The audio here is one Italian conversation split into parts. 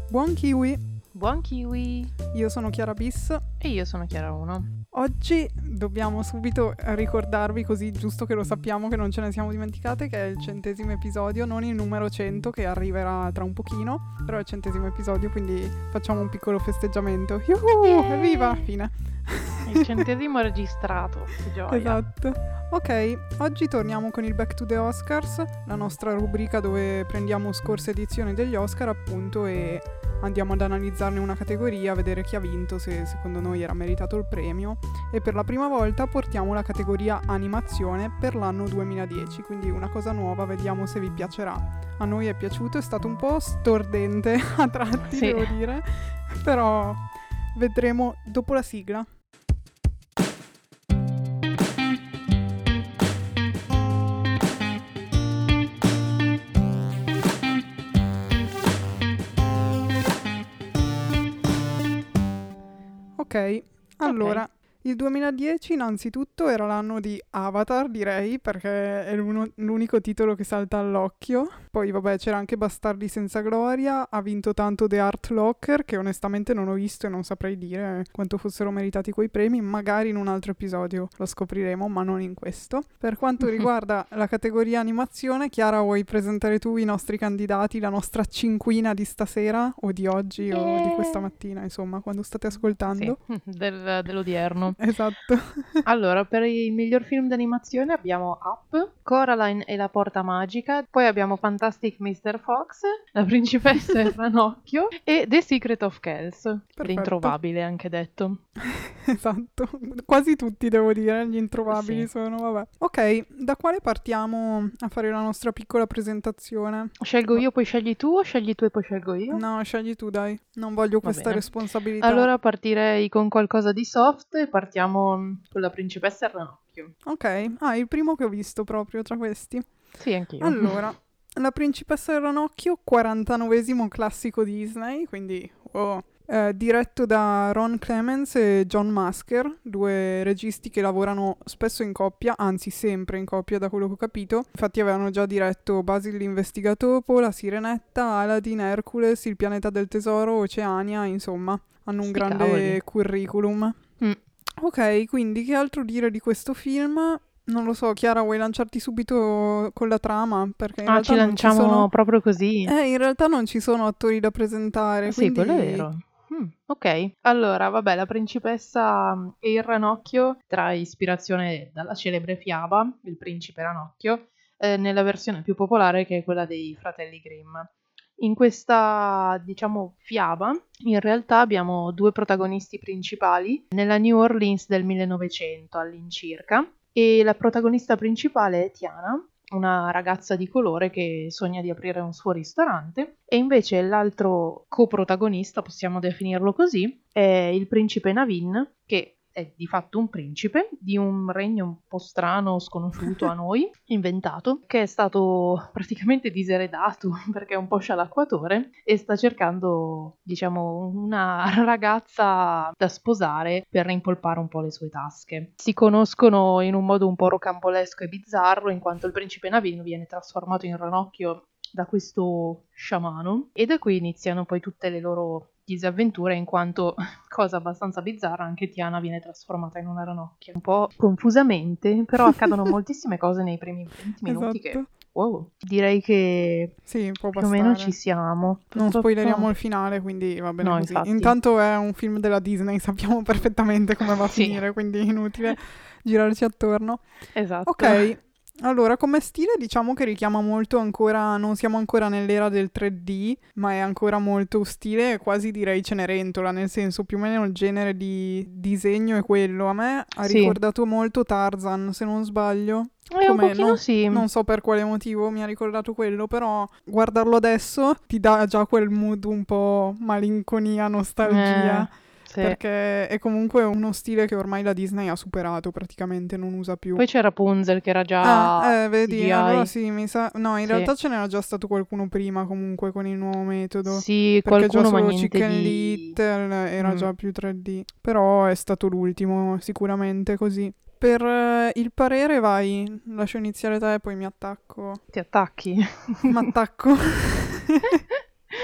Buon kiwi! Buon kiwi! Io sono Chiara Bis. E io sono Chiara 1. Oggi dobbiamo subito ricordarvi, così giusto che lo sappiamo, che non ce ne siamo dimenticate, che è il 100° episodio, non il numero 100 che arriverà tra un pochino, però è il 100° episodio, quindi facciamo un piccolo festeggiamento. Yuhu! Evviva! Fine! Il 100° registrato, che gioia! Esatto. Ok, oggi torniamo con il Back to the Oscars, la nostra rubrica dove prendiamo scorse edizioni degli Oscar appunto e andiamo ad analizzarne una categoria, vedere chi ha vinto, se secondo noi era meritato il premio, e per la prima volta portiamo la categoria animazione per l'anno 2010, quindi una cosa nuova, vediamo se vi piacerà. A noi è piaciuto, è stato un po' stordente a tratti, Sì. devo dire, però vedremo dopo la sigla. Ok, allora, il 2010 innanzitutto era l'anno di Avatar, direi, perché è l'unico titolo che salta all'occhio. Poi vabbè, c'era anche Bastardi senza gloria, ha vinto tanto The Art Locker, che onestamente non ho visto e non saprei dire quanto fossero meritati quei premi, magari in un altro episodio lo scopriremo, ma non in questo. Per quanto riguarda la categoria animazione, Chiara, vuoi presentare tu i nostri candidati, la nostra cinquina di stasera, o di oggi, o di questa mattina, insomma, quando state ascoltando? Sì, dell'odierno. Esatto. Allora, per il miglior film d'animazione abbiamo Up, Coraline e la porta magica, poi abbiamo Fantastic Mr. Fox, La principessa e il ranocchio e The Secret of Kells, l'introvabile anche detto. Esatto, quasi tutti devo dire, gli introvabili Sì. sono, vabbè. Ok, da quale partiamo a fare la nostra piccola presentazione? Scelgo io, poi scegli tu, o scegli tu e poi scelgo io? No, scegli tu, dai, non voglio Va questa bene. responsabilità. Allora partirei con qualcosa di soft e partiamo con La principessa e il ranocchio. Ok, il primo che ho visto proprio tra questi. Sì, anch'io. Allora, La principessa del ranocchio, 49esimo classico Disney, quindi diretto da Ron Clements e John Musker, due registi che lavorano spesso in coppia, anzi sempre in coppia da quello che ho capito. Infatti avevano già diretto Basil l'investigatopo, La Sirenetta, Aladdin, Hercules, Il pianeta del tesoro, Oceania, insomma, hanno un grande cavoli. curriculum. Ok, quindi che altro dire di questo film? Non lo so, Chiara, vuoi lanciarti subito con la trama? Perché in realtà Ci non ci lanciamo sono... proprio così? in realtà non ci sono attori da presentare, Sì, quindi... quello è vero. Ok, allora, vabbè, La principessa e il ranocchio trae ispirazione dalla celebre fiaba Il principe ranocchio, nella versione più popolare che è quella dei fratelli Grimm. In questa, diciamo, fiaba, in realtà abbiamo due protagonisti principali nella New Orleans del 1900 all'incirca, e la protagonista principale è Tiana, una ragazza di colore che sogna di aprire un suo ristorante, e invece l'altro coprotagonista, possiamo definirlo così, è il principe Naveen, che è di fatto un principe di un regno un po' strano, sconosciuto a noi, inventato, che è stato praticamente diseredato perché è un po' scialacquatore e sta cercando, diciamo, una ragazza da sposare per rimpolpare un po' le sue tasche. Si conoscono in un modo un po' rocambolesco e bizzarro, in quanto il principe Naveen viene trasformato in ranocchio da questo sciamano, e da qui iniziano poi tutte le loro disavventure, in quanto, cosa abbastanza bizzarra, anche Tiana viene trasformata in una ranocchia. Un po' confusamente, però accadono moltissime cose nei primi 20 minuti Esatto. che... Wow, direi che Sì, può più o bastare. meno ci siamo. Non spoileriamo il finale, quindi va bene No, così. infatti. Intanto è un film della Disney, sappiamo perfettamente come va a Sì. finire, quindi è inutile girarci attorno. Esatto. Ok, allora come stile diciamo che richiama molto ancora, non siamo ancora nell'era del 3D, ma è ancora molto stile, quasi direi Cenerentola, nel senso più o meno il genere di disegno è quello. A me ha ricordato molto Tarzan, se non sbaglio. Un pochino sì. Non so per quale motivo mi ha ricordato quello, però guardarlo adesso ti dà già quel mood un po' malinconia, nostalgia. Sì. Perché è comunque uno stile che ormai la Disney ha superato, praticamente non usa più. Poi c'era Rapunzel che era già vedi, CGI. allora sì, mi sa... No, in Sì. realtà ce n'era già stato qualcuno prima comunque con il nuovo metodo. Sì, perché qualcuno, già ma solo niente Chicken di... Little era già più 3D. Però è stato l'ultimo, sicuramente così. Per il parere vai, lascio iniziare te e poi mi attacco. Ti attacchi? M'attacco.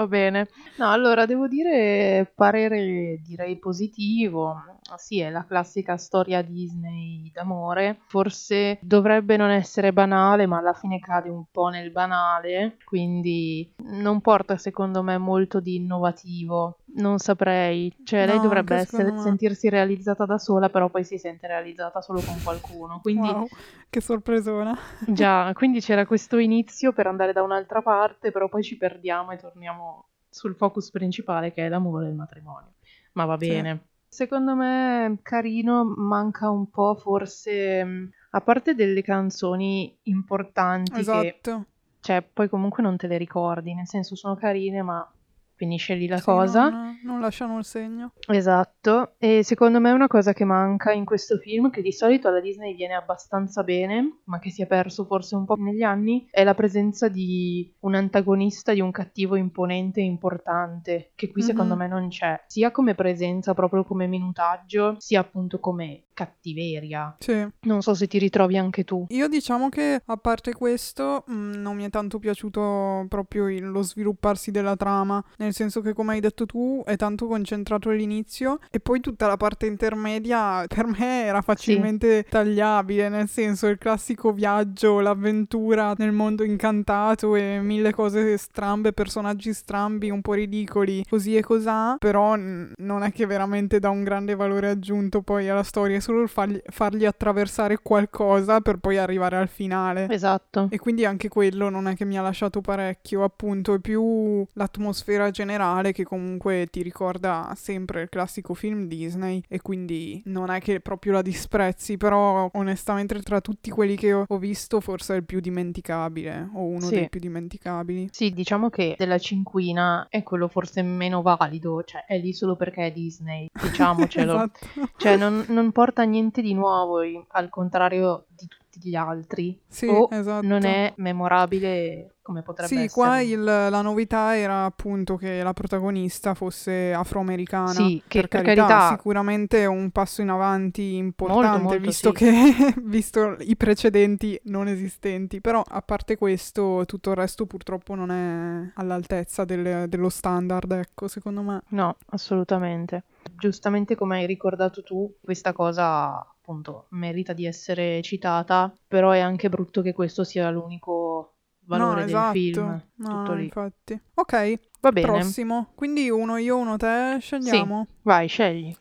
Va bene. No, allora devo dire parere direi positivo. Sì, è la classica storia Disney d'amore. Forse dovrebbe non essere banale, ma alla fine cade un po' nel banale, quindi non porta secondo me molto di innovativo. Non saprei. Cioè, No, lei dovrebbe anche secondo me. sentirsi realizzata da sola, però poi si sente realizzata solo con qualcuno. Quindi Wow, che sorpresona. già, quindi c'era questo inizio per andare da un'altra parte, però poi ci perdiamo e torniamo sul focus principale che è l'amore e il matrimonio. Ma va Sì, bene. Secondo me carino, manca un po' forse, a parte delle canzoni importanti che, esatto. cioè, poi comunque non te le ricordi, nel senso sono carine, ma finisce lì la Sì, cosa. non lasciano il segno. Esatto, e secondo me una cosa che manca in questo film, che di solito alla Disney viene abbastanza bene, ma che si è perso forse un po' negli anni, è la presenza di un antagonista, di un cattivo imponente e importante, che qui secondo Mhm. me non c'è, sia come presenza, proprio come minutaggio, sia appunto come cattiveria. Sì. Non so se ti ritrovi anche tu. Io diciamo che a parte questo non mi è tanto piaciuto proprio lo svilupparsi della trama, nel senso che come hai detto tu è tanto concentrato all'inizio e poi tutta la parte intermedia per me era Sì, facilmente tagliabile, nel senso il classico viaggio, l'avventura nel mondo incantato e mille cose strambe, personaggi strambi, un po' ridicoli, così e cosà, però non è che veramente dà un grande valore aggiunto poi alla storia, è solo il fargli attraversare qualcosa per poi arrivare al finale. esatto. E quindi anche quello non è che mi ha lasciato parecchio, appunto, è più l'atmosfera generale che comunque ti ricorda sempre il classico film Disney e quindi non è che proprio la disprezzi, però onestamente tra tutti quelli che ho visto forse è il più dimenticabile o uno Sì. dei più dimenticabili. Sì, diciamo che della cinquina è quello forse meno valido, cioè è lì solo perché è Disney, diciamocelo. Esatto. Cioè non porta niente di nuovo, al contrario di tutti gli altri, Sì, o non esatto. è memorabile come potrebbe Sì, essere. qua la novità era appunto che la protagonista fosse afroamericana. Sì, che Per per carità, carità, sicuramente è un passo in avanti molto importante, molto visto sì. che visto i precedenti non esistenti. Però, a parte questo, tutto il resto purtroppo non è all'altezza dello standard, ecco, secondo me. No, assolutamente. Giustamente come hai ricordato tu, questa cosa appunto merita di essere citata, però è anche brutto che questo sia l'unico No, valore del esatto. film, No, tutto no, lì. infatti. Ok, Va bene, prossimo. Quindi uno io, uno te, sì, scegliamo. vai, scegli.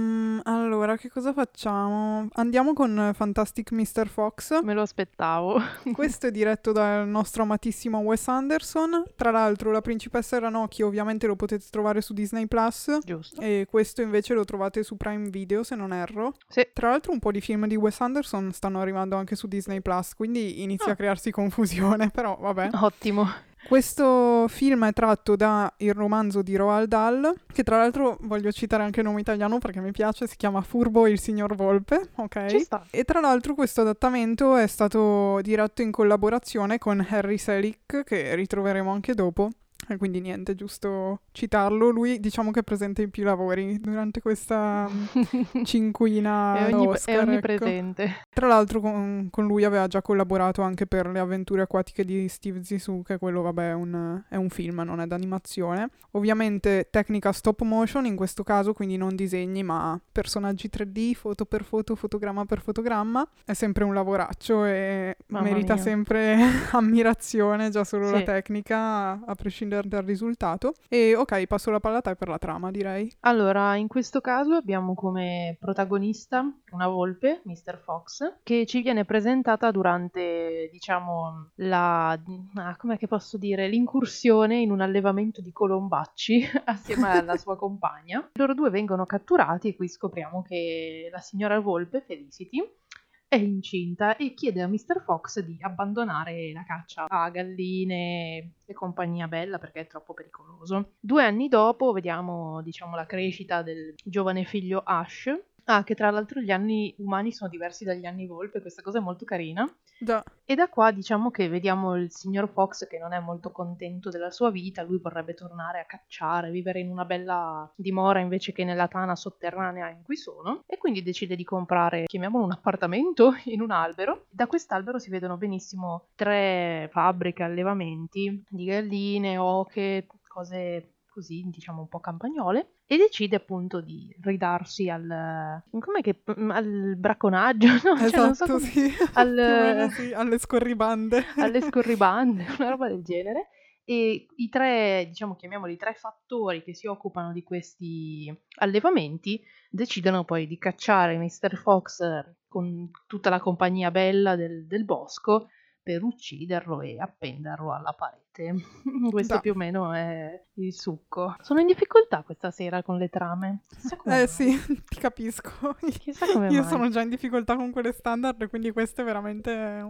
Allora, che cosa facciamo? Andiamo con Fantastic Mr. Fox. Me lo aspettavo. Questo è diretto dal nostro amatissimo Wes Anderson. Tra l'altro, La principessa e Ranocchio ovviamente lo potete trovare su Disney Plus. Giusto? E questo invece lo trovate su Prime Video, se non erro. Sì. Tra l'altro, un po' di film di Wes Anderson stanno arrivando anche su Disney Plus, quindi inizia a Ah, crearsi confusione, però vabbè. ottimo. Questo film è tratto da il romanzo di Roald Dahl, che tra l'altro voglio citare anche il nome italiano perché mi piace, si chiama Furbo e il signor Volpe, Ci ok? sta. E tra l'altro questo adattamento è stato diretto in collaborazione con Harry Selick, che ritroveremo anche dopo. E quindi niente, giusto citarlo. Lui diciamo che è presente in più lavori durante questa cinquina È Oscar, ecco. onnipresente. Tra l'altro con lui aveva già collaborato anche per Le avventure acquatiche di Steve Zissou, che quello vabbè è un film, non è d'animazione. Ovviamente tecnica stop motion in questo caso, quindi non disegni ma personaggi 3D, foto per foto, fotogramma per fotogramma. È sempre un lavoraccio e Mamma merita mia. sempre ammirazione, già solo la Sì. tecnica, a prescindere dal risultato. E ok, passo la palla a te per la trama, direi. Allora, in questo caso abbiamo come protagonista una volpe, Mr. Fox, che ci viene presentata durante, diciamo, com'è che posso dire, l'incursione in un allevamento di colombacci assieme alla sua compagna. Loro due vengono catturati e qui scopriamo che la signora volpe, Felicity, è incinta e chiede a Mr. Fox di abbandonare la caccia a galline e compagnia bella perché è troppo pericoloso. 2 anni dopo vediamo, diciamo, la crescita del giovane figlio Ash. Ah, che tra l'altro gli anni umani sono diversi dagli anni volpe, questa cosa è molto carina. Già. E da qua diciamo che vediamo il signor Fox che non è molto contento della sua vita, lui vorrebbe tornare a cacciare, vivere in una bella dimora invece che nella tana sotterranea in cui sono, e quindi decide di comprare, chiamiamolo un appartamento, in un albero. Da quest'albero si vedono benissimo 3 fabbriche, allevamenti di galline, oche, cose così, diciamo, un po' campagnole, e decide appunto di ridarsi al bracconaggio, no? Cioè, non so Esatto, come, sì, più o meno sì, alle scorribande. alle scorribande, una roba del genere. E i tre, diciamo, chiamiamoli tre fattori che si occupano di questi allevamenti, decidono poi di cacciare Mr. Fox con tutta la compagnia bella del bosco per ucciderlo e appenderlo alla parete. Questo Da. più o meno è il succo. Sono in difficoltà questa sera con le trame. Chissà come mai. Sì, ti capisco. Chissà come Io mai. sono già in difficoltà con quelle standard, quindi questo è veramente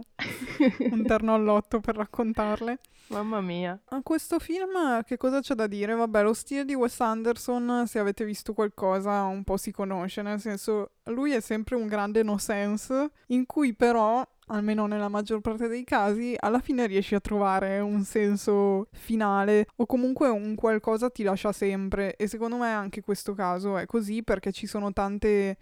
un terno all'otto per raccontarle. Mamma mia. A questo film che cosa c'è da dire? Vabbè, lo stile di Wes Anderson, se avete visto qualcosa, un po' si conosce, nel senso, lui è sempre un grande no sense, in cui però, almeno nella maggior parte dei casi, alla fine riesci a trovare un senso finale o comunque un qualcosa ti lascia sempre, e secondo me anche questo caso è così perché ci sono tante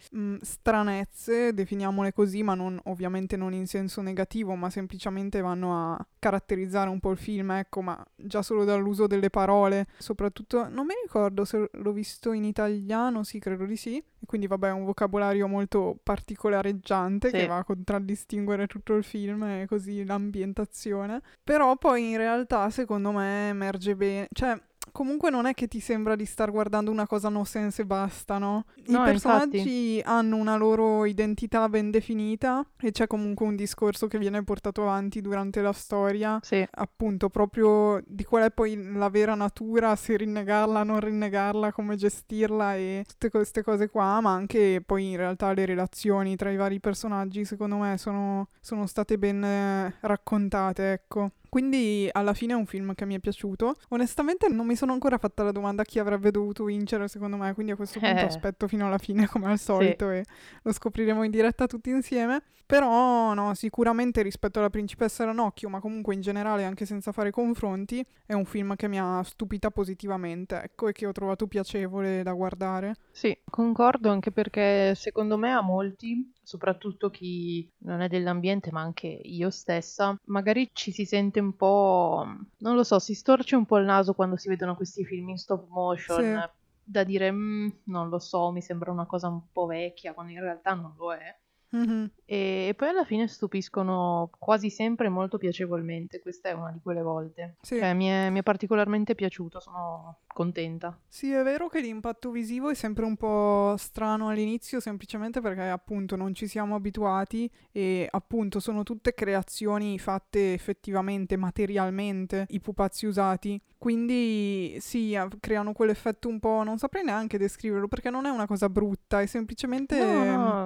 stranezze, definiamole così, ma ovviamente non in senso negativo, ma semplicemente vanno a caratterizzare un po' il film, ecco, ma già solo dall'uso delle parole, soprattutto non mi ricordo se l'ho visto in italiano, sì, credo di sì, e quindi vabbè è un vocabolario molto particolareggiante che Sì. va a contraddistinguere tutto il film e così l'ambientazione, però poi in realtà secondo me emerge bene, cioè comunque non è che ti sembra di star guardando una cosa no sense e basta, no? I No, infatti. personaggi hanno una loro identità ben definita e c'è comunque un discorso che viene portato avanti durante la storia, Sì. appunto proprio di qual è poi la vera natura, se rinnegarla, non rinnegarla, come gestirla e tutte queste cose qua, ma anche poi in realtà le relazioni tra i vari personaggi secondo me sono state ben raccontate, ecco. Quindi alla fine è un film che mi è piaciuto. Onestamente non mi sono ancora fatta la domanda chi avrebbe dovuto vincere secondo me, quindi a questo punto aspetto fino alla fine come al solito e lo scopriremo in diretta tutti insieme. Però no, sicuramente rispetto alla Principessa Ranocchio, ma comunque in generale anche senza fare confronti, è un film che mi ha stupita positivamente, ecco, e che ho trovato piacevole da guardare. Sì, concordo anche perché secondo me a molti, soprattutto chi non è dell'ambiente, ma anche io stessa, magari ci si sente un po', non lo so, si storce un po' il naso quando si vedono questi film in stop motion, Sì. da dire, non lo so, mi sembra una cosa un po' vecchia, quando in realtà non lo è. Mhm. E poi alla fine stupiscono quasi sempre molto piacevolmente, questa è una di quelle volte. Sì. Cioè mi è particolarmente piaciuto, sono contenta. Sì, è vero che l'impatto visivo è sempre un po' strano all'inizio, semplicemente perché appunto non ci siamo abituati e appunto sono tutte creazioni fatte effettivamente, materialmente, i pupazzi usati. Quindi sì, creano quell'effetto un po', non saprei neanche descriverlo perché non è una cosa brutta, è semplicemente... No,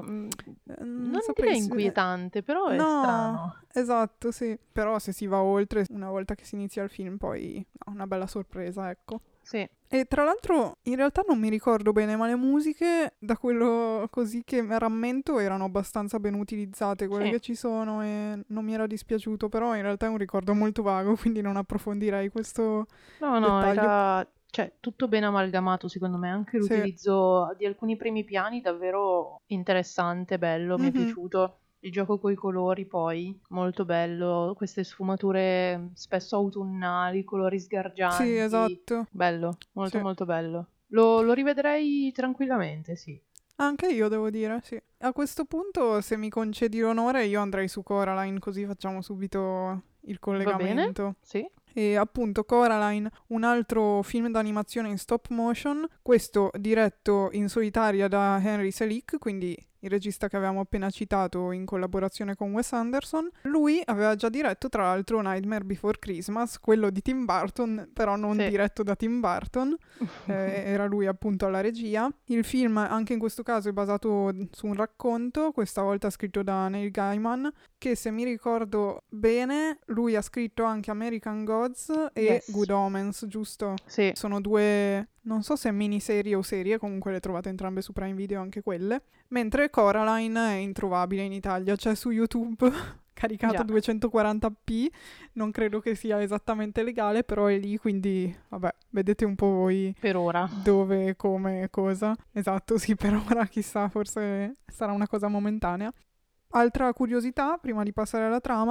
non non saprei... direi inquietante, però è No, strano. esatto, sì. Però se si va oltre, una volta che si inizia il film, poi no, una bella sorpresa, ecco. Sì, E tra l'altro in realtà non mi ricordo bene, ma le musiche, da quello così che rammento, erano abbastanza ben utilizzate, quelle sì. che ci sono, e non mi era dispiaciuto, però in realtà è un ricordo molto vago, quindi non approfondirei questo No, dettaglio. era cioè, tutto ben amalgamato secondo me, anche Sì. l'utilizzo di alcuni primi piani davvero interessante, bello, mi è Mhm. piaciuto. Il gioco coi colori poi, molto bello, queste sfumature spesso autunnali, colori Sì, sgargianti, esatto. bello, molto Sì. molto bello. Lo rivedrei tranquillamente, sì. Anche io devo dire, sì. A questo punto, se mi concedi l'onore, io andrei su Coraline, così facciamo subito il Va bene? collegamento. Sì. E appunto Coraline, un altro film d'animazione in stop motion, questo diretto in solitaria da Henry Selick, quindi il regista che avevamo appena citato in collaborazione con Wes Anderson. Lui aveva già diretto tra l'altro Nightmare Before Christmas, quello di Tim Burton, però non Sì. diretto da Tim Burton, era lui appunto alla regia. Il film anche in questo caso è basato su un racconto, questa volta scritto da Neil Gaiman, che se mi ricordo bene lui ha scritto anche American Gods e Yes. Good Omens, giusto? Sì. Sono due, non so se miniserie o serie, comunque le trovate entrambe su Prime Video anche quelle. Mentre Coraline è introvabile in Italia, c'è su YouTube caricato Già. 240p, non credo che sia esattamente legale, però è lì, quindi vabbè, vedete un po' voi Per ora. dove, come, cosa. Esatto, sì, per ora chissà, forse sarà una cosa momentanea. Altra curiosità, prima di passare alla trama,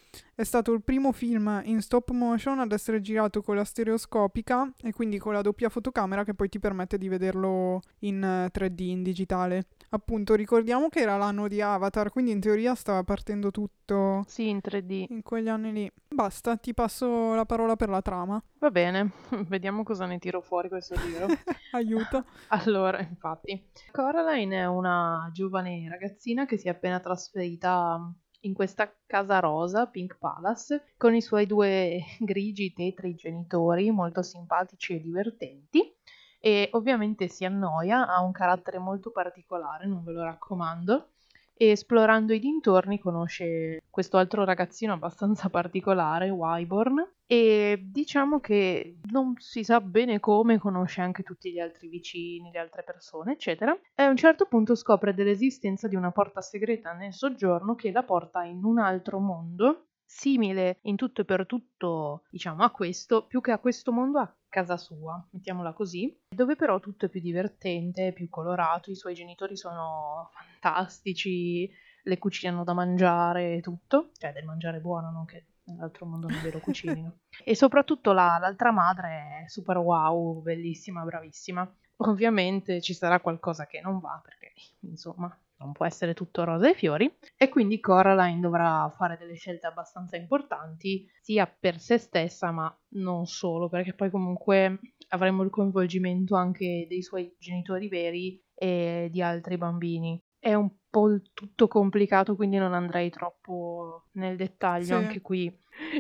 È stato il primo film in stop motion ad essere girato con la stereoscopica e quindi con la doppia fotocamera che poi ti permette di vederlo in 3D, in digitale. Appunto, ricordiamo che era l'anno di Avatar, quindi in teoria stava partendo tutto Sì, in 3D. in quegli anni lì. Basta, ti passo la parola per la trama. Va bene, vediamo cosa ne tiro fuori questo giro. Aiuto. Allora, infatti, Coraline è una giovane ragazzina che si è appena trasferita in questa casa rosa, Pink Palace, con i suoi due grigi, tetri genitori, molto simpatici e divertenti. E ovviamente si annoia, ha un carattere molto particolare, non ve lo raccomando. E esplorando i dintorni conosce questo altro ragazzino abbastanza particolare, Wyborn, e diciamo che non si sa bene come, conosce anche tutti gli altri vicini, le altre persone, eccetera. E a un certo punto scopre dell'esistenza di una porta segreta nel soggiorno che la porta in un altro mondo, simile in tutto e per tutto, diciamo, a questo, più che a questo mondo, a casa sua, mettiamola così, dove però tutto è più divertente, più colorato, i suoi genitori sono fantastici, le cucinano da mangiare e tutto, cioè del mangiare buono, non che nell'altro mondo non ve lo cucinino. E soprattutto l'altra madre è super wow, bellissima, bravissima. Ovviamente ci sarà qualcosa che non va perché, insomma, non può essere tutto rosa e fiori, e quindi Coraline dovrà fare delle scelte abbastanza importanti, sia per se stessa, ma non solo, perché poi comunque avremo il coinvolgimento anche dei suoi genitori veri e di altri bambini. È un po' tutto complicato, quindi non andrei troppo nel dettaglio Sì. anche qui.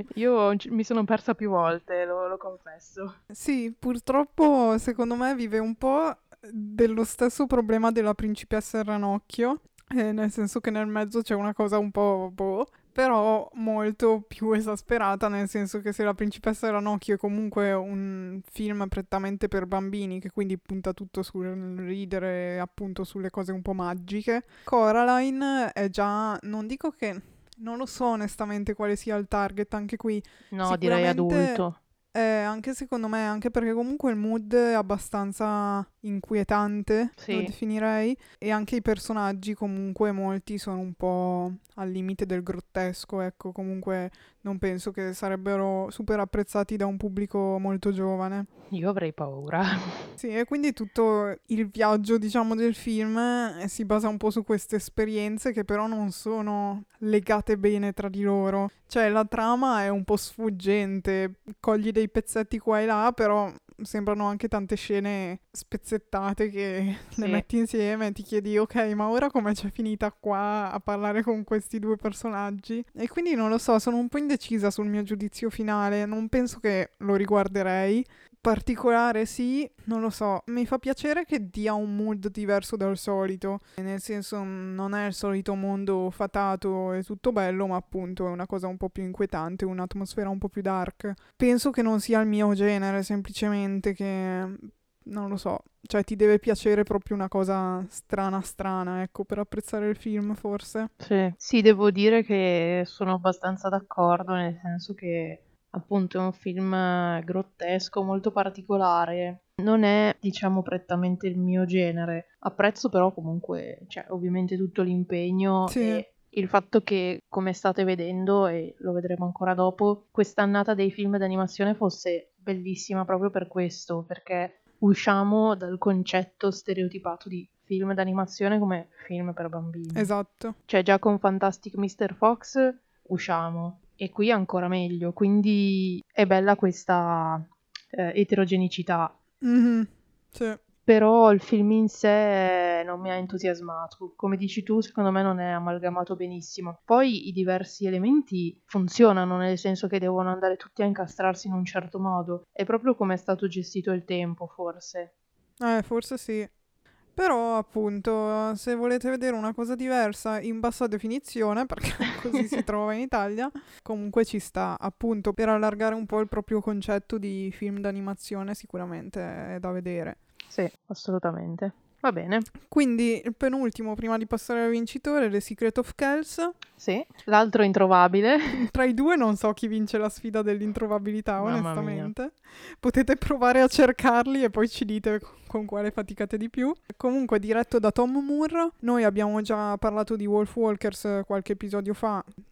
Io mi sono persa più volte, lo confesso. Sì, purtroppo secondo me vive un po' dello stesso problema della principessa e il ranocchio, nel senso che nel mezzo c'è una cosa un po' boh, però molto più esasperata, nel senso che se la principessa e il ranocchio è comunque un film prettamente per bambini, che quindi punta tutto sul ridere, appunto sulle cose un po' magiche, Coraline è già, non dico che... Non lo so onestamente quale sia il target anche qui. No, direi Sicuramente adulto. anche secondo me, anche perché comunque il mood è abbastanza inquietante, lo Sì. definirei, e anche i personaggi comunque molti sono un po' al limite del grottesco, ecco, comunque non penso che sarebbero super apprezzati da un pubblico molto giovane. Io avrei paura. Sì, e quindi tutto il viaggio, diciamo, del film si basa un po' su queste esperienze che però non sono legate bene tra di loro. Cioè, la trama è un po' sfuggente, cogli dei pezzetti qua e là, però sembrano anche tante scene spezzettate che le Sì. metti insieme e ti chiedi, ok, ma ora come c'è finita qua a parlare con questi due personaggi? E quindi non lo so, sono un po' indecisa sul mio giudizio finale, non penso che lo riguarderei. Particolare sì, non lo so, mi fa piacere che dia un mood diverso dal solito, nel senso non è il solito mondo fatato e tutto bello, ma appunto è una cosa un po' più inquietante, un'atmosfera un po' più dark. Penso che non sia il mio genere, semplicemente che non lo so, cioè ti deve piacere proprio una cosa strana, ecco, per apprezzare il film forse. Sì. Sì, devo dire che sono abbastanza d'accordo, nel senso che appunto è un film grottesco, molto particolare. Non è, diciamo, prettamente il mio genere. Apprezzo però comunque, cioè, ovviamente tutto l'impegno Sì, e il fatto che, come state vedendo, e lo vedremo ancora dopo, quest'annata dei film d'animazione fosse bellissima proprio per questo, perché usciamo dal concetto stereotipato di film d'animazione come film per bambini. esatto. Cioè già con Fantastic Mr. Fox usciamo e qui ancora meglio, quindi è bella questa eterogeneità. Mhm, sì. Però il film in sé non mi ha entusiasmato. Come dici tu, secondo me non è amalgamato benissimo. Poi i diversi elementi funzionano, nel senso che devono andare tutti a incastrarsi in un certo modo. È proprio come è stato gestito il tempo, forse. Forse sì. Però, appunto, se volete vedere una cosa diversa in bassa definizione, perché così si trova in Italia, comunque ci sta, appunto, per allargare un po' il proprio concetto di film d'animazione, sicuramente è da vedere. Sì, assolutamente. Va bene. Quindi, il penultimo, prima di passare al vincitore, The Secret of Kells. Sì, l'altro introvabile. Tra i due non so chi vince la sfida dell'introvabilità, Mamma mia. onestamente. Potete provare a cercarli e poi ci dite con quale faticate di più. Comunque diretto da Tom Moore. Noi abbiamo già parlato di Wolf Walkers qualche episodio fa,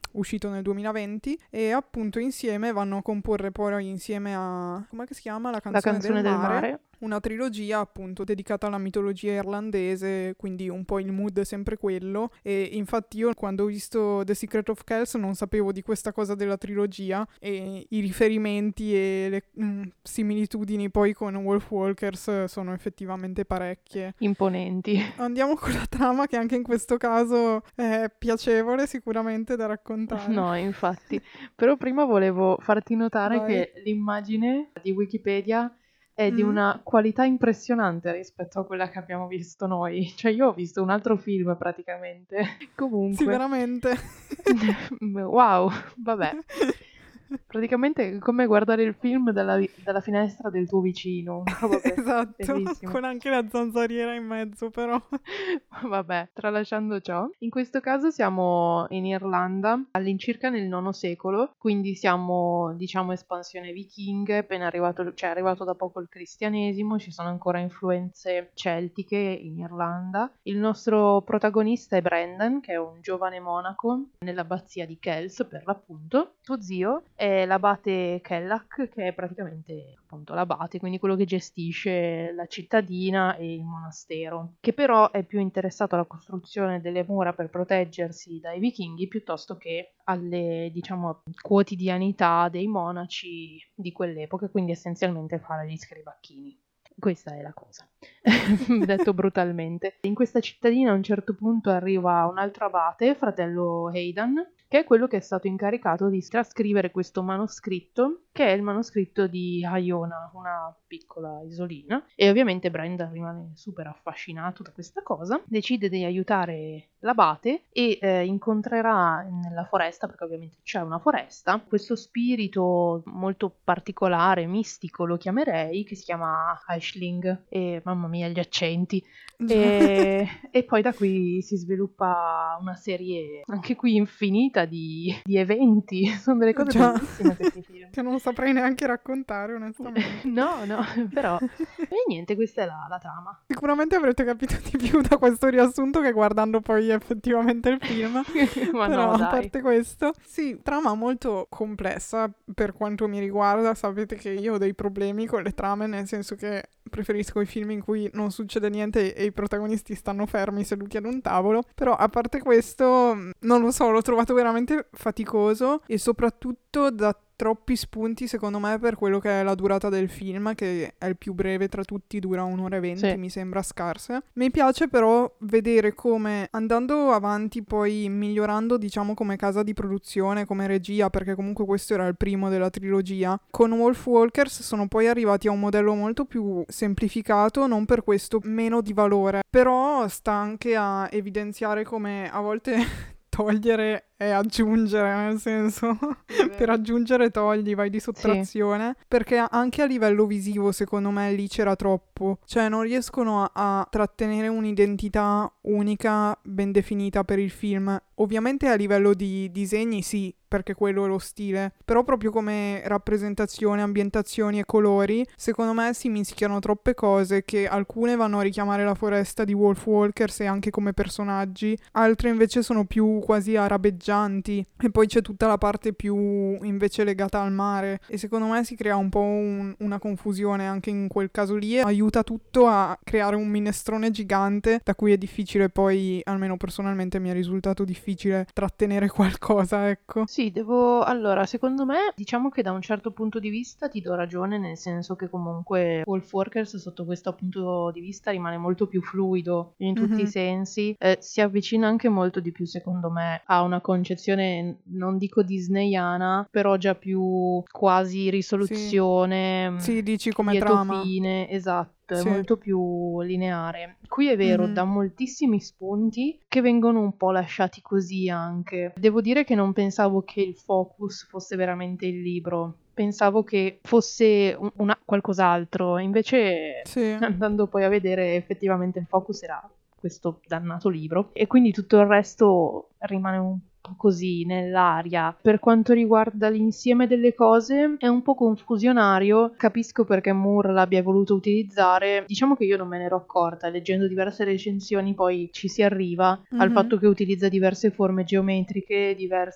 uscito nel 2020, e appunto insieme vanno a comporre poi insieme a, come si chiama? La La canzone canzone del del mare, mare. una trilogia appunto dedicata alla mitologia irlandese, quindi un po' il mood è sempre quello. E infatti io quando ho visto The Secret of Kells non sapevo di questa cosa della trilogia, e i riferimenti e le similitudini poi con Wolf Walkers sono effettivamente parecchie. Imponenti. Andiamo con la trama, che anche in questo caso è piacevole sicuramente da raccontare. No, infatti. Però prima volevo farti notare Vai. che l'immagine di Wikipedia è di Mm? una qualità impressionante rispetto a quella che abbiamo visto noi. Cioè, io ho visto un altro film praticamente. Sì, Comunque, veramente. wow, vabbè. Praticamente è come guardare il film dalla finestra del tuo vicino, una roba Esatto, bellissima. con anche la zanzariera in mezzo però. Vabbè, tralasciando ciò, in questo caso siamo in Irlanda all'incirca nel IX secolo, quindi siamo, diciamo, espansione vichinghe, appena arrivato, cioè è arrivato da poco il cristianesimo, ci sono ancora influenze celtiche in Irlanda. Il nostro protagonista è Brendan, che è un giovane monaco nell'abbazia di Kells, per l'appunto. Suo zio è l'abate Kellach, che è praticamente appunto l'abate, quindi quello che gestisce la cittadina e il monastero, che però è più interessato alla costruzione delle mura per proteggersi dai vichinghi piuttosto che alle, diciamo, quotidianità dei monaci di quell'epoca, quindi essenzialmente fare gli scrivacchini. Questa è la cosa, detto brutalmente. In questa cittadina a un certo punto arriva un altro abate, fratello Aidan, che è quello che è stato incaricato di trascrivere questo manoscritto, che è il manoscritto di Iona, una piccola isolina, e ovviamente Brendan rimane super affascinato da questa cosa, decide di aiutare l'abate e incontrerà nella foresta, perché ovviamente c'è una foresta, questo spirito molto particolare, mistico lo chiamerei, che si chiama Aisling, e mamma mia gli accenti, e poi da qui si sviluppa una serie, anche qui infinita, di eventi. Sono delle cose Già, bellissime questi film. che non saprei neanche raccontare onestamente. No, però. E niente, questa è la trama. Sicuramente avrete capito di più da questo riassunto che guardando poi effettivamente il film. Ma Però no, a dai. parte questo, sì, trama molto complessa per quanto mi riguarda. Sapete che io ho dei problemi con le trame, nel senso che preferisco i film in cui non succede niente e i protagonisti stanno fermi seduti ad un tavolo. Però a parte questo, non lo so, l'ho trovato veramente faticoso e soprattutto da troppi spunti secondo me per quello che è la durata del film, che è il più breve tra tutti, dura 1 ora e 20, Sì. mi sembra scarsa. Mi piace però vedere come andando avanti poi migliorando, diciamo, come casa di produzione, come regia, perché comunque questo era il primo della trilogia, con Wolf Walkers sono poi arrivati a un modello molto più semplificato, non per questo meno di valore, però sta anche a evidenziare come a volte togliere e aggiungere, nel senso per aggiungere togli, vai di Sì. sottrazione, perché anche a livello visivo secondo me lì c'era troppo, cioè non riescono a trattenere un'identità unica ben definita per il film. Ovviamente a livello di disegni sì, perché quello è lo stile, però proprio come rappresentazione, ambientazioni e colori, secondo me si mischiano troppe cose, che alcune vanno a richiamare la foresta di Wolf Walkers e anche come personaggi, altre invece sono più quasi arabeggianti, e poi c'è tutta la parte più invece legata al mare, e secondo me si crea un po' una confusione anche in quel caso lì, e aiuta tutto a creare un minestrone gigante da cui è difficile poi, almeno personalmente mi è risultato difficile trattenere qualcosa, ecco. Sì, allora, secondo me, diciamo che da un certo punto di vista ti do ragione, nel senso che comunque Wolf Walkers sotto questo punto di vista rimane molto più fluido in tutti i Mhm. sensi, si avvicina anche molto di più, secondo me, a una concezione, non dico disneyana, però già più quasi Sì, risoluzione, sì, dici come lieto trama. fine, esatto. È Sì. molto più lineare. Qui è vero, Mhm. dà moltissimi spunti che vengono un po' lasciati così anche. Devo dire che non pensavo che il focus fosse veramente il libro. Pensavo che fosse qualcos'altro, invece Sì. andando poi a vedere effettivamente il focus era questo dannato libro e quindi tutto il resto rimane un così nell'aria. Per quanto riguarda l'insieme delle cose è un po' confusionario, capisco perché Moore l'abbia voluto utilizzare, diciamo che io non me ne ero accorta, leggendo diverse recensioni poi ci si arriva al fatto che utilizza diverse forme geometriche,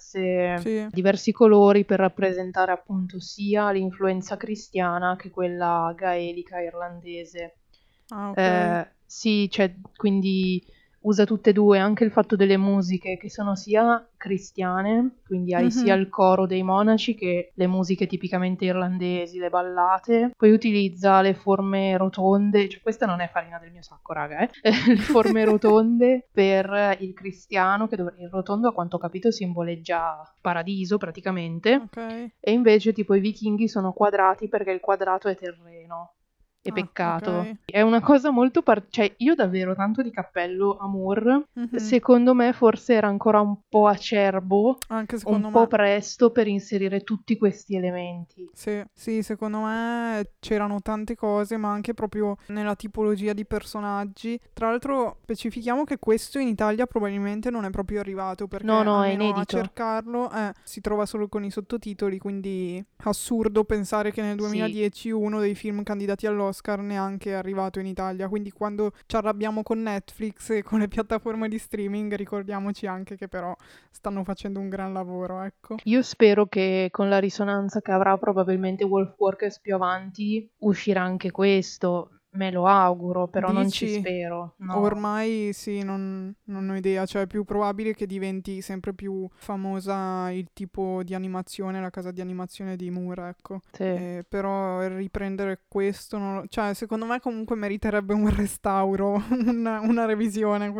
Sì. diversi colori per rappresentare appunto sia l'influenza cristiana che quella gaelica irlandese. Ah, ok. Sì, cioè, quindi usa tutte e due, anche il fatto delle musiche che sono sia cristiane, quindi hai sia Mhm. il coro dei monaci che le musiche tipicamente irlandesi, le ballate, poi utilizza le forme rotonde, cioè questa non è farina del mio sacco, raga, le forme rotonde per il cristiano, il rotondo a quanto ho capito simboleggia paradiso praticamente, Ok. e invece tipo i vichinghi sono quadrati perché il quadrato è terreno e Ah, ok. peccato. È una cosa molto cioè io davvero tanto di cappello a Moore. Mhm. Secondo me forse era ancora un po' acerbo, Anche un secondo po' me. presto per inserire tutti questi elementi. Sì, sì, secondo me c'erano tante cose, ma anche proprio nella tipologia di personaggi. Tra l'altro, specifichiamo che questo in Italia probabilmente non è proprio arrivato, perché No, no, è almeno a inedito. cercarlo si trova solo con i sottotitoli, quindi assurdo pensare che nel Sì. 2010 uno dei film candidati all'Oscar neanche è arrivato in Italia. Quindi quando ci arrabbiamo con Netflix e con le piattaforme di streaming, ricordiamoci anche che però stanno facendo un gran lavoro, ecco. Io spero che con la risonanza che avrà probabilmente Wolfworkers più avanti uscirà anche questo. Me lo auguro, però non ci Dici, spero. No. ormai sì, non ho idea, cioè è più probabile che diventi sempre più famosa il tipo di animazione, la casa di animazione di Moore, ecco. Sì. Però riprendere questo, cioè secondo me comunque meriterebbe un restauro, una revisione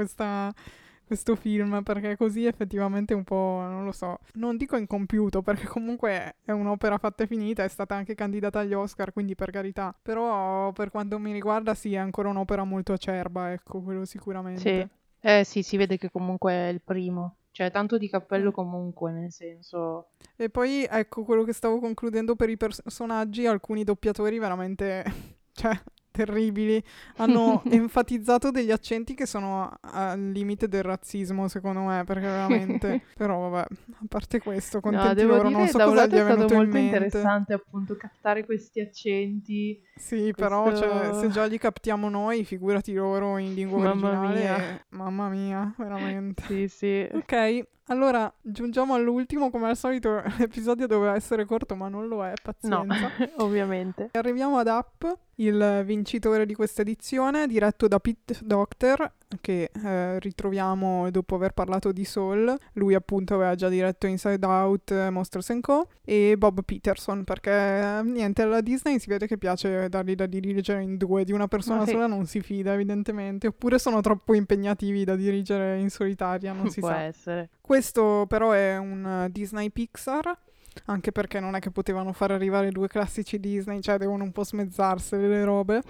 questo film, perché così effettivamente è un po', non lo so, non dico incompiuto, perché comunque è un'opera fatta e finita, è stata anche candidata agli Oscar, quindi per carità, però per quanto mi riguarda sì, è ancora un'opera molto acerba, ecco, quello Sì. sicuramente. Sì, si vede che comunque è il primo. Cioè, tanto di cappello Sì. comunque, nel senso... E poi ecco quello che stavo concludendo per i personaggi, alcuni doppiatori veramente, cioè, terribili, hanno enfatizzato degli accenti che sono al limite del razzismo, secondo me, perché veramente... Però vabbè, a parte questo, No, contenti devo loro, non dire, so da un cosa lato gli è è stato venuto in molto mente. interessante appunto captare questi accenti, Sì, però cioè, questo... se già li captiamo noi, figurati loro in lingua Mamma mia. originale, mamma mia, veramente. Sì, sì. Ok, allora giungiamo all'ultimo, come al solito l'episodio doveva essere corto, ma non lo è, No, pazienza. ovviamente. E arriviamo ad Up, il vincitore di questa edizione, diretto da Pete Docter, che ritroviamo dopo aver parlato di Soul. Lui appunto aveva già diretto Inside Out, Monsters Co. E Bob Peterson, perché niente, alla Disney si vede che piace darli da dirigere in due, di una Ma persona sì, sola non si fida evidentemente, oppure sono troppo impegnativi da dirigere in solitaria, non si può sa. essere. Questo però è un Disney Pixar, anche perché non è che potevano far arrivare due classici Disney, cioè devono un po' smezzarsene le robe.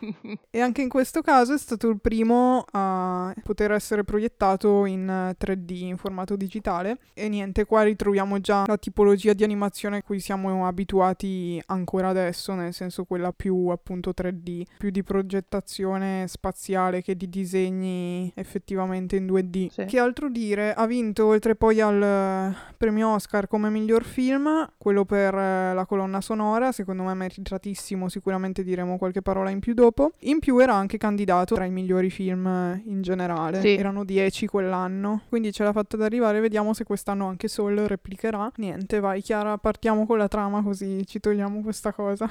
E anche in questo caso è stato il primo a poter essere proiettato in 3D, in formato digitale. E niente, qua ritroviamo già la tipologia di animazione a cui siamo abituati ancora adesso, nel senso quella più appunto 3D, più di progettazione spaziale che di disegni effettivamente in 2D. Sì. Che altro dire? Ha vinto oltre poi al premio Oscar come miglior film, quello per la colonna sonora, secondo me meritatissimo, sicuramente diremo qualche parola in più dopo. In più era anche candidato tra i migliori film in generale, Sì. erano 10 quell'anno, quindi ce l'ha fatta ad arrivare, vediamo se quest'anno anche Soul replicherà. Niente, vai Chiara, partiamo con la trama così ci togliamo questa cosa.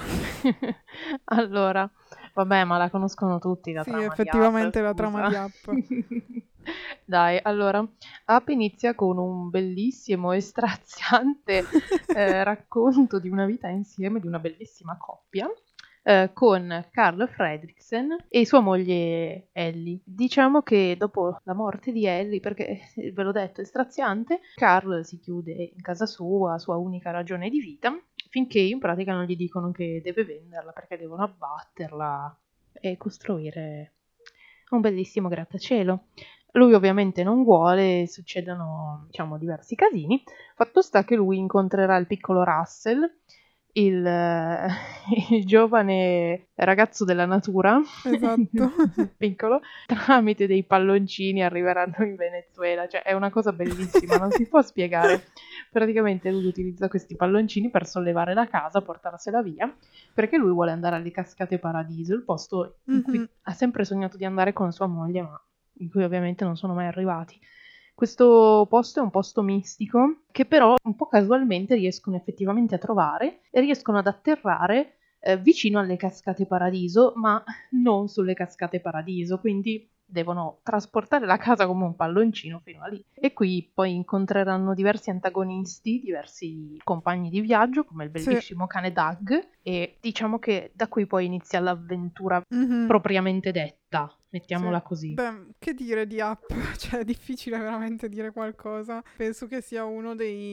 Allora, vabbè, ma la conoscono tutti la Sì, trama di Up, effettivamente la trama scusa. di Up. Dai, allora, Up inizia con un bellissimo e straziante racconto di una vita insieme di una bellissima coppia con Carl Fredriksen e sua moglie Ellie. Diciamo che dopo la morte di Ellie, perché ve l'ho detto, è straziante, Carl si chiude in casa sua unica ragione di vita, finché in pratica non gli dicono che deve venderla perché devono abbatterla e costruire un bellissimo grattacielo. Lui ovviamente non vuole, succedono, diciamo, diversi casini. Fatto sta che lui incontrerà il piccolo Russell il giovane ragazzo della natura, Esatto. piccolo, tramite dei palloncini arriveranno in Venezuela. Cioè, è una cosa bellissima, non si può spiegare. Praticamente lui utilizza questi palloncini per sollevare la casa, portarsela via, perché lui vuole andare alle Cascate Paradiso, il posto in cui Mhm. ha sempre sognato di andare con sua moglie, ma in cui ovviamente non sono mai arrivati. Questo posto è un posto mistico che però un po' casualmente riescono effettivamente a trovare e riescono ad atterrare vicino alle Cascate Paradiso, ma non sulle Cascate Paradiso, quindi devono trasportare la casa come un palloncino fino a lì. E qui poi incontreranno diversi antagonisti, diversi compagni di viaggio, come il Sì. bellissimo cane Doug, e diciamo che da qui poi inizia l'avventura Mhm. propriamente detta, mettiamola Sì. così. Beh, che dire di Up? Cioè, è difficile veramente dire qualcosa. Penso che sia uno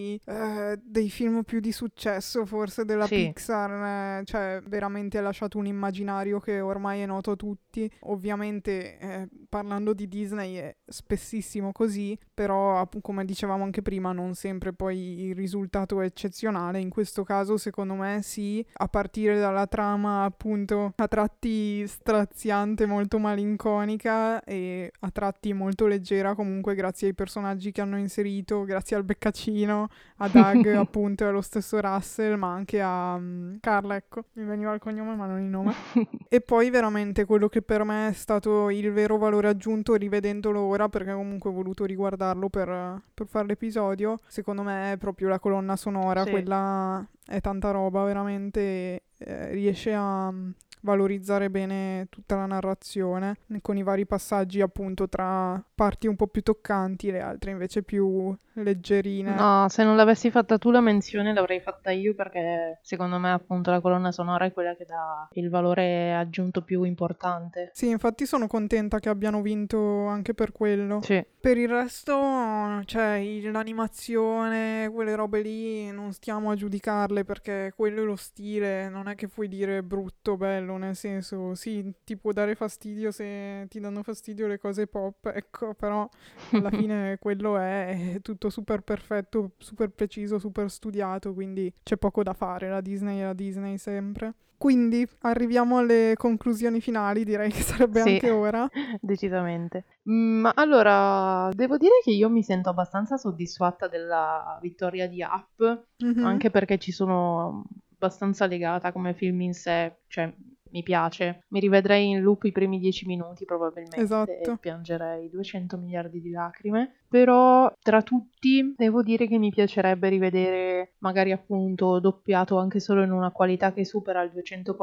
dei film più di successo, forse, della Sì, Pixar. Cioè, veramente ha lasciato un immaginario che ormai è noto a tutti. Ovviamente, parlando di Disney, è spessissimo così, però, come dicevamo anche prima, non sempre poi il risultato è eccezionale. In questo caso, secondo me, sì, a partire dalla trama, appunto, a tratti straziante, molto malinconica e a tratti molto leggera, comunque grazie ai personaggi che hanno inserito, grazie al beccacino, a Doug appunto e allo stesso Russell, ma anche a Carla, ecco, mi veniva il cognome ma non il nome. E poi veramente quello che per me è stato il vero valore aggiunto rivedendolo ora, perché comunque ho voluto riguardarlo per fare l'episodio, secondo me è proprio la colonna sonora, sì. quella è tanta roba veramente, riesce a valorizzare bene tutta la narrazione con i vari passaggi appunto tra parti un po' più toccanti e le altre invece più leggerine. No, se non l'avessi fatta tu la menzione l'avrei fatta io perché secondo me appunto la colonna sonora è quella che dà il valore aggiunto più importante. Sì, infatti sono contenta che abbiano vinto anche per quello. Sì. Per il resto, cioè, l'animazione, quelle robe lì, non stiamo a giudicarle perché quello è lo stile, non è che puoi dire brutto, bello, nel senso, sì, ti può dare fastidio se ti danno fastidio le cose pop, ecco, però alla fine quello è tutto super perfetto, super preciso, super studiato, quindi c'è poco da fare, la Disney è la Disney sempre. Quindi arriviamo alle conclusioni finali, direi che sarebbe Sì, anche ora. decisamente. Ma allora, devo dire che io mi sento abbastanza soddisfatta della vittoria di Up, Mhm. anche perché ci sono abbastanza legata come film in sé, cioè mi piace. Mi rivedrei in loop i primi 10 minuti probabilmente e Esatto. piangerei 200 miliardi di lacrime, però tra tutti devo dire che mi piacerebbe rivedere magari appunto doppiato anche solo in una qualità che supera il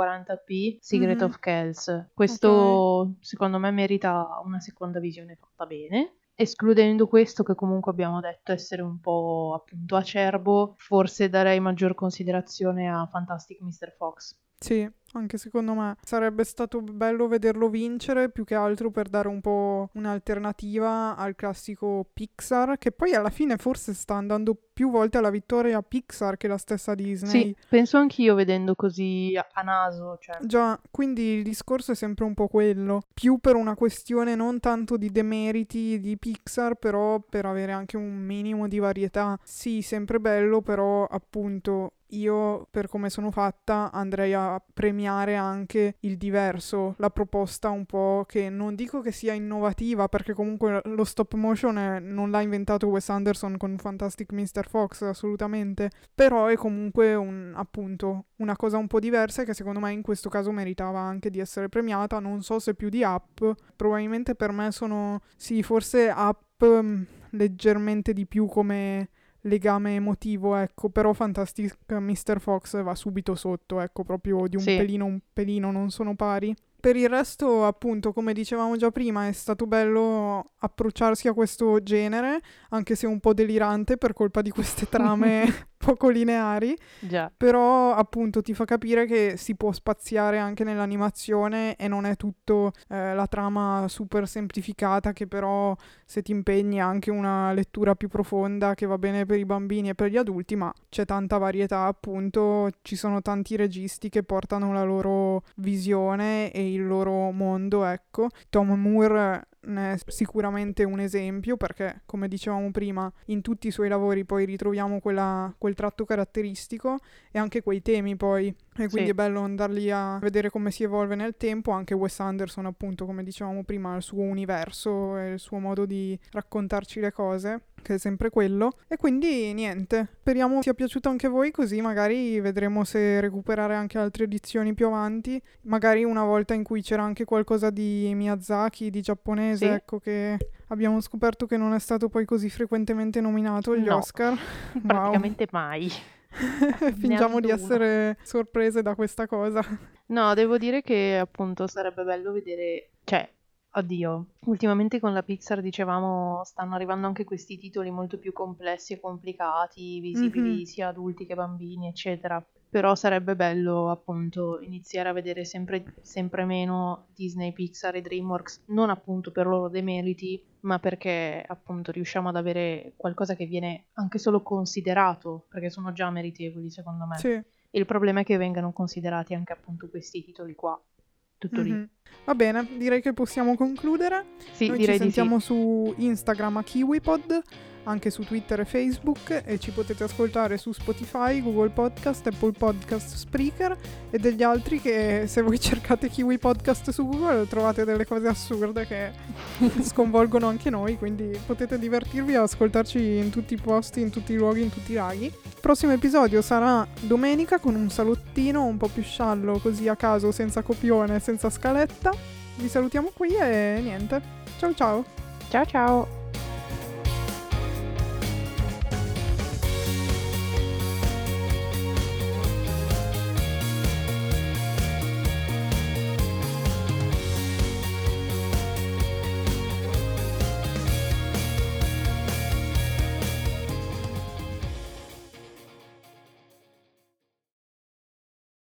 240p Secret Mhm. of Kells. Ok. Questo secondo me merita una seconda visione fatta bene. Escludendo questo che comunque abbiamo detto essere un po' appunto acerbo, forse darei maggior considerazione a Fantastic Mr. Fox. Sì, anche secondo me sarebbe stato bello vederlo vincere più che altro per dare un po' un'alternativa al classico Pixar, che poi alla fine forse sta andando più volte alla vittoria Pixar che la stessa Sì, Disney. penso anch'io vedendo così a naso, cioè. Già, quindi il discorso è sempre un po' quello, più per una questione non tanto di demeriti di Pixar, però per avere anche un minimo di varietà. Sì, sempre bello, però appunto io per come sono fatta andrei a premiare anche il diverso, la proposta un po' che non dico che sia innovativa, perché comunque lo stop motion non l'ha inventato Wes Anderson con Fantastic Mr. Fox, assolutamente, però è comunque appunto una cosa un po' diversa che secondo me in questo caso meritava anche di essere premiata, non so se più di Up, probabilmente per me sono, sì, forse Up leggermente di più come legame emotivo, ecco, però Fantastic Mr. Fox va subito sotto, ecco, proprio di Sì, un pelino, non sono pari. Per il resto, appunto, come dicevamo già prima, è stato bello approcciarsi a questo genere, anche se un po' delirante per colpa di queste trame poco lineari, già. però appunto ti fa capire che si può spaziare anche nell'animazione e non è tutto la trama super semplificata che però se ti impegni ha anche una lettura più profonda che va bene per i bambini e per gli adulti, ma c'è tanta varietà appunto, ci sono tanti registi che portano la loro visione e il loro mondo, ecco. Tom Moore ne è sicuramente un esempio, perché come dicevamo prima in tutti i suoi lavori poi ritroviamo quel tratto caratteristico e anche quei temi poi, e quindi Sì. è bello andarli a vedere come si evolve nel tempo. Anche Wes Anderson, appunto, come dicevamo prima, ha il suo universo e il suo modo di raccontarci le cose, che è sempre quello. E quindi niente, speriamo sia piaciuto anche a voi, così magari vedremo se recuperare anche altre edizioni più avanti, magari una volta in cui c'era anche qualcosa di Miyazaki, di giapponese, Sì? ecco, che abbiamo scoperto che non è stato poi così frequentemente nominato agli No, Oscar. Wow. praticamente mai. Ne ha Fingiamo di vinto uno. essere sorprese da questa cosa. No, devo dire che appunto sarebbe bello vedere, cioè, oddio, ultimamente con la Pixar dicevamo stanno arrivando anche questi titoli molto più complessi e complicati, visibili sia adulti che bambini, eccetera. Però sarebbe bello appunto iniziare a vedere sempre meno Disney, Pixar e DreamWorks, non appunto per loro demeriti, ma perché appunto riusciamo ad avere qualcosa che viene anche solo considerato, perché sono già meritevoli secondo me. Sì. Il problema è che vengano considerati anche appunto questi titoli qua. Tutto lì. Va bene, direi che possiamo concludere. Sì, Noi ci direi di sì. sentiamo su Instagram a KiwiPod, anche su Twitter e Facebook, e ci potete ascoltare su Spotify, Google Podcast, Apple Podcast, Spreaker e degli altri che, se voi cercate Kiwi Podcast su Google, trovate delle cose assurde che sconvolgono anche noi, quindi potete divertirvi a ascoltarci in tutti i posti, in tutti i luoghi, in tutti i laghi. Il prossimo episodio sarà domenica con un salottino un po' più sciallo, così a caso, senza copione, senza scaletta. Vi salutiamo qui e niente. Ciao ciao! Ciao ciao!